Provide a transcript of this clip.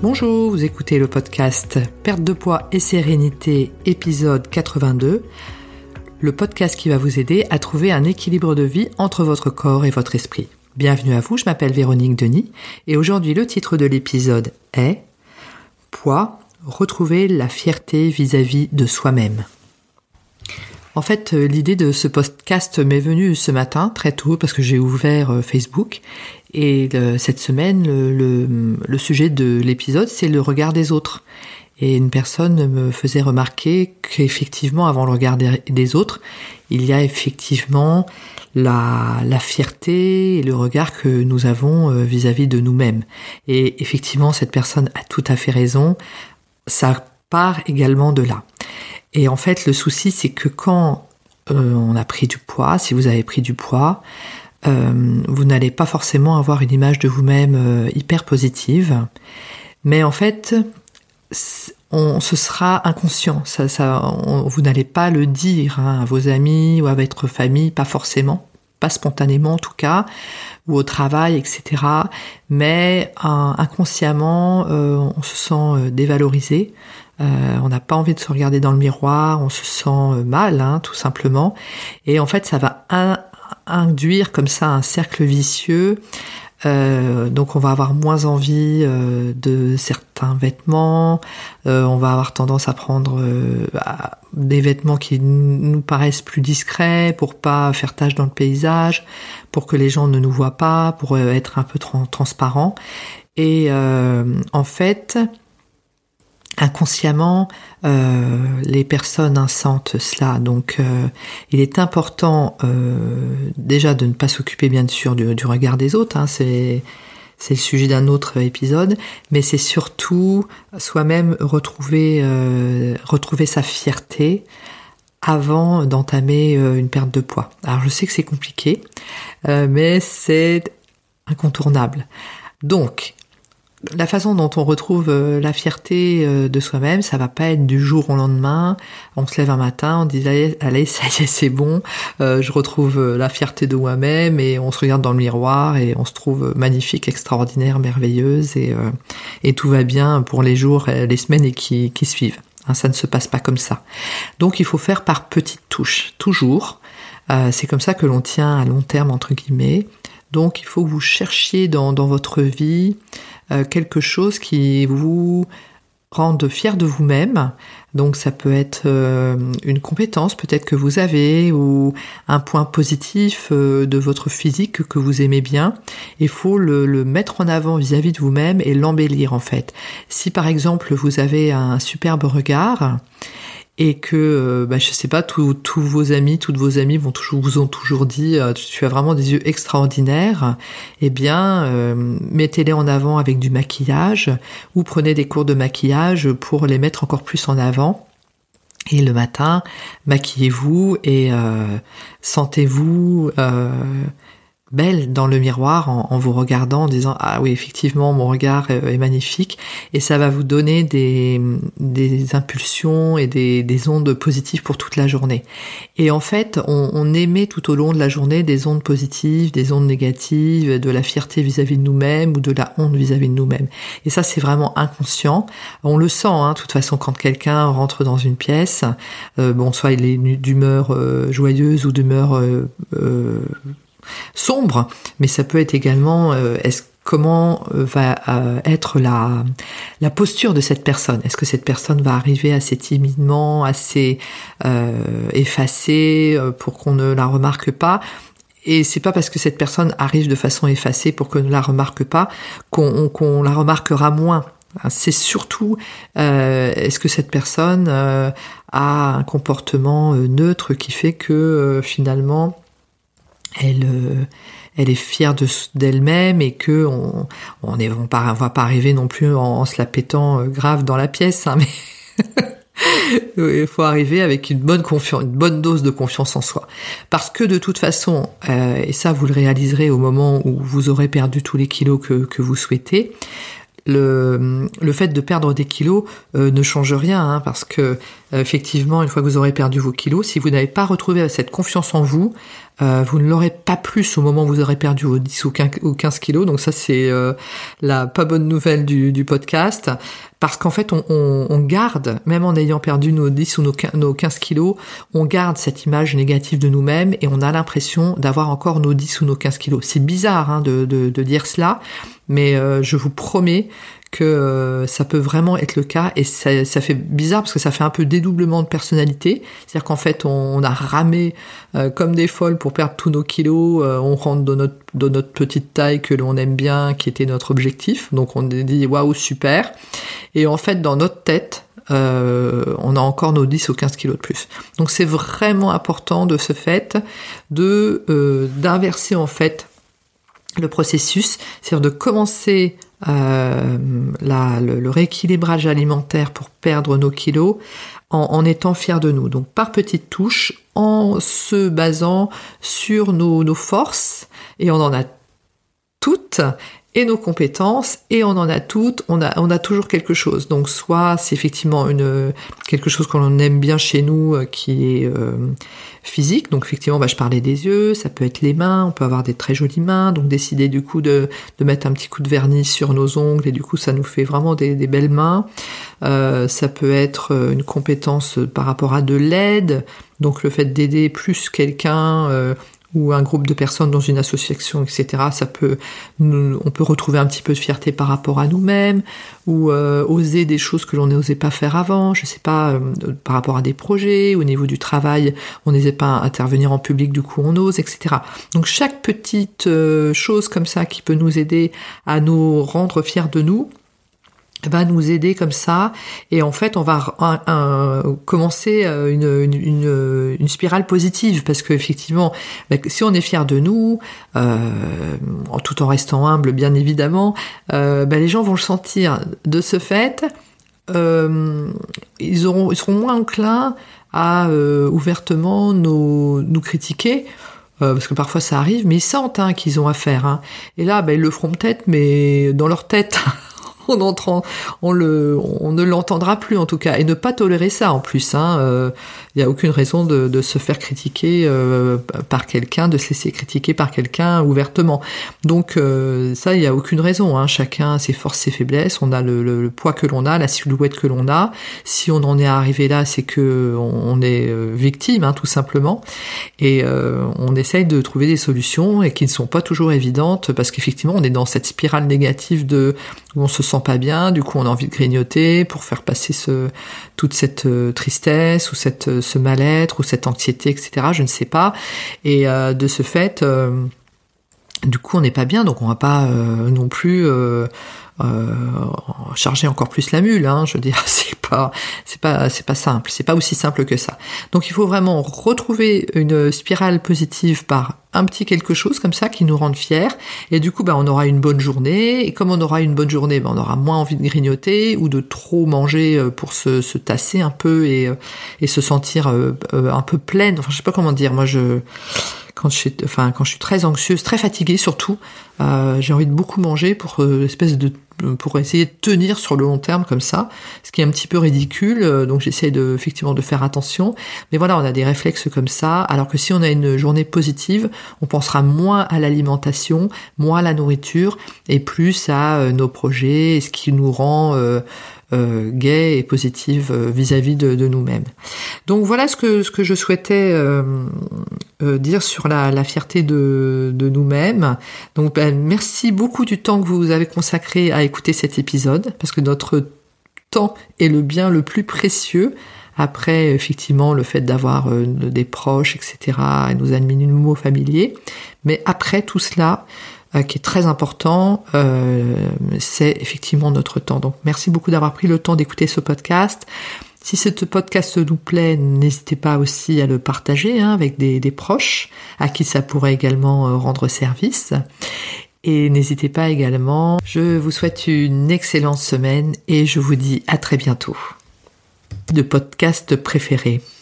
Bonjour, vous écoutez le podcast Perte de poids et sérénité, épisode 82, le podcast qui va vous aider à trouver un équilibre de vie entre votre corps et votre esprit. Bienvenue à vous, je m'appelle Véronique Denis et aujourd'hui le titre de l'épisode est « Poids, retrouver la fierté vis-à-vis de soi-même ». En fait, l'idée de ce podcast m'est venue ce matin, très tôt, parce que j'ai ouvert Facebook. Et cette semaine, le sujet de l'épisode, c'est le regard des autres. Et une personne me faisait remarquer qu'effectivement, avant le regard des autres, il y a effectivement la fierté et le regard que nous avons vis-à-vis de nous-mêmes. Et effectivement, cette personne a tout à fait raison. Ça part également de là. Et en fait, le souci, c'est que quand on a pris du poids, si vous avez pris du poids, vous n'allez pas forcément avoir une image de vous-même hyper positive. Mais en fait, ce sera inconscient. Vous n'allez pas le dire à vos amis ou à votre famille, pas forcément, pas spontanément en tout cas, ou au travail, etc. Mais inconsciemment, on se sent dévalorisé. On n'a pas envie de se regarder dans le miroir, on se sent mal, tout simplement. Et en fait, ça va induire comme ça un cercle vicieux. Donc on va avoir moins envie de certains vêtements, on va avoir tendance à prendre des vêtements qui nous paraissent plus discrets pour pas faire tache dans le paysage, pour que les gens ne nous voient pas, pour être un peu transparent. Et en fait, inconsciemment, les personnes sentent cela. Donc, il est important déjà de ne pas s'occuper bien sûr du regard des autres. C'est le sujet d'un autre épisode, mais c'est surtout soi-même retrouver sa fierté avant d'entamer une perte de poids. Alors, je sais que c'est compliqué, mais c'est incontournable. Donc, la façon dont on retrouve la fierté de soi-même, ça va pas être du jour au lendemain. On se lève un matin, on dit allez, ça y est, c'est bon, je retrouve la fierté de moi-même et on se regarde dans le miroir et on se trouve magnifique, extraordinaire, merveilleuse et tout va bien pour les jours, les semaines qui suivent. Ça ne se passe pas comme ça. Donc il faut faire par petites touches, toujours. C'est comme ça que l'on tient à long terme entre guillemets. Donc il faut que vous cherchiez dans votre vie quelque chose qui vous rende fier de vous-même. Donc ça peut être une compétence peut-être que vous avez ou un point positif de votre physique que vous aimez bien. Il faut le mettre en avant vis-à-vis de vous-même et l'embellir en fait. Si par exemple vous avez un superbe regard et que, je sais pas, toutes vos amies vous ont toujours dit tu as vraiment des yeux extraordinaires, eh bien, mettez-les en avant avec du maquillage ou prenez des cours de maquillage pour les mettre encore plus en avant. Et le matin, maquillez-vous et sentez-vous belle dans le miroir en vous regardant en disant ah oui effectivement mon regard est magnifique et ça va vous donner des impulsions et des ondes positives pour toute la journée. Et en fait on émet tout au long de la journée des ondes positives, des ondes négatives, de la fierté vis-à-vis de nous-mêmes ou de la honte vis-à-vis de nous-mêmes. Et ça c'est vraiment inconscient. On le sent de toute façon quand quelqu'un rentre dans une pièce, soit il est d'humeur joyeuse ou d'humeur sombre, mais ça peut être également comment va être la posture de cette personne. Est-ce que cette personne va arriver assez timidement, assez effacée pour qu'on ne la remarque pas? Et c'est pas parce que cette personne arrive de façon effacée pour qu'on ne la remarque pas qu'on la remarquera moins. C'est surtout est-ce que cette personne a un comportement neutre qui fait que finalement elle est fière d'elle-même et que on va pas arriver non plus en se la pétant grave dans la pièce, mais il faut arriver avec une bonne dose de confiance en soi. Parce que de toute façon, et ça vous le réaliserez au moment où vous aurez perdu tous les kilos que vous souhaitez, le fait de perdre des kilos ne change rien, parce que effectivement, une fois que vous aurez perdu vos kilos, si vous n'avez pas retrouvé cette confiance en vous, Vous ne l'aurez pas plus au moment où vous aurez perdu vos 10 ou 15 kilos. Donc ça, c'est la pas bonne nouvelle du podcast. Parce qu'en fait, on garde, même en ayant perdu nos 10 ou nos 15 kilos, on garde cette image négative de nous-mêmes et on a l'impression d'avoir encore nos 10 ou nos 15 kilos. C'est bizarre hein, de dire cela, mais je vous promets que ça peut vraiment être le cas, et ça fait bizarre parce que ça fait un peu dédoublement de personnalité, c'est-à-dire qu'en fait on a ramé comme des folles pour perdre tous nos kilos, on rentre dans notre petite taille que l'on aime bien, qui était notre objectif, donc on dit waouh super, et en fait dans notre tête on a encore nos 10 ou 15 kilos de plus. Donc c'est vraiment important de ce fait d'inverser en fait le processus, c'est-à-dire de commencer le rééquilibrage alimentaire pour perdre nos kilos en étant fiers de nous. Donc par petites touches, en se basant sur nos forces, et on en a toutes, et nos compétences, et on en a toutes, on a toujours quelque chose. Donc soit c'est effectivement quelque chose qu'on aime bien chez nous, qui est physique, donc effectivement je parlais des yeux, ça peut être les mains, on peut avoir des très jolies mains, donc décider du coup de mettre un petit coup de vernis sur nos ongles, et du coup ça nous fait vraiment des belles mains. Ça peut être une compétence par rapport à de l'aide, donc le fait d'aider plus quelqu'un, ou un groupe de personnes dans une association, etc. On peut retrouver un petit peu de fierté par rapport à nous-mêmes, ou oser des choses que l'on n'osait pas faire avant, je sais pas, par rapport à des projets, au niveau du travail, on n'osait pas intervenir en public, du coup on ose, etc. Donc chaque petite chose comme ça qui peut nous aider à nous rendre fiers de nous, va nous aider comme ça, et en fait on va commencer une spirale positive, parce que effectivement si on est fier de nous, tout en restant humble bien évidemment, les gens vont le sentir. De ce fait, ils seront moins enclins à ouvertement nous critiquer, parce que parfois ça arrive, mais ils sentent qu'ils ont affaire, hein. Et là ils le feront peut-être, mais dans leur tête on ne l'entendra plus en tout cas, et ne pas tolérer ça en plus, hein. Il n'y a aucune raison de se faire critiquer par quelqu'un, de se laisser critiquer par quelqu'un ouvertement. Donc ça, il n'y a aucune raison, hein. Chacun a ses forces, ses faiblesses, on a le poids que l'on a, la silhouette que l'on a. Si on en est arrivé là, c'est que on est victime, hein, tout simplement. Et on essaye de trouver des solutions, et qui ne sont pas toujours évidentes, parce qu'effectivement on est dans cette spirale négative où on se sent pas bien, du coup on a envie de grignoter pour faire passer toute cette tristesse, ou ce mal-être, ou cette anxiété, etc. Je ne sais pas. Et de ce fait, du coup on n'est pas bien, donc on va pas non plus charger encore plus la mule, hein. Je veux dire, c'est pas simple, c'est pas aussi simple que ça. Donc il faut vraiment retrouver une spirale positive par un petit quelque chose comme ça qui nous rende fiers, et du coup on aura une bonne journée, et comme on aura une bonne journée, on aura moins envie de grignoter ou de trop manger pour se tasser un peu et se sentir un peu pleine. Enfin je sais pas comment dire, moi quand je suis très anxieuse, très fatiguée surtout, j'ai envie de beaucoup manger pour essayer de tenir sur le long terme comme ça, ce qui est un petit peu ridicule, donc j'essaie effectivement de faire attention, mais voilà, on a des réflexes comme ça, alors que si on a une journée positive, on pensera moins à l'alimentation, moins à la nourriture, et plus à nos projets, et ce qui nous rend gaie et positive vis-à-vis de nous-mêmes. Donc voilà ce que je souhaitais dire sur la fierté de nous-mêmes. Donc merci beaucoup du temps que vous avez consacré à écouter cet épisode, parce que notre temps est le bien le plus précieux, après effectivement le fait d'avoir des proches, etc., et nos animaux familiers, mais après tout cela, qui est très important, c'est effectivement notre temps. Donc merci beaucoup d'avoir pris le temps d'écouter ce podcast. Si ce podcast vous plaît, n'hésitez pas aussi à le partager avec des proches à qui ça pourrait également rendre service. Et n'hésitez pas également, je vous souhaite une excellente semaine et je vous dis à très bientôt. De podcast préféré.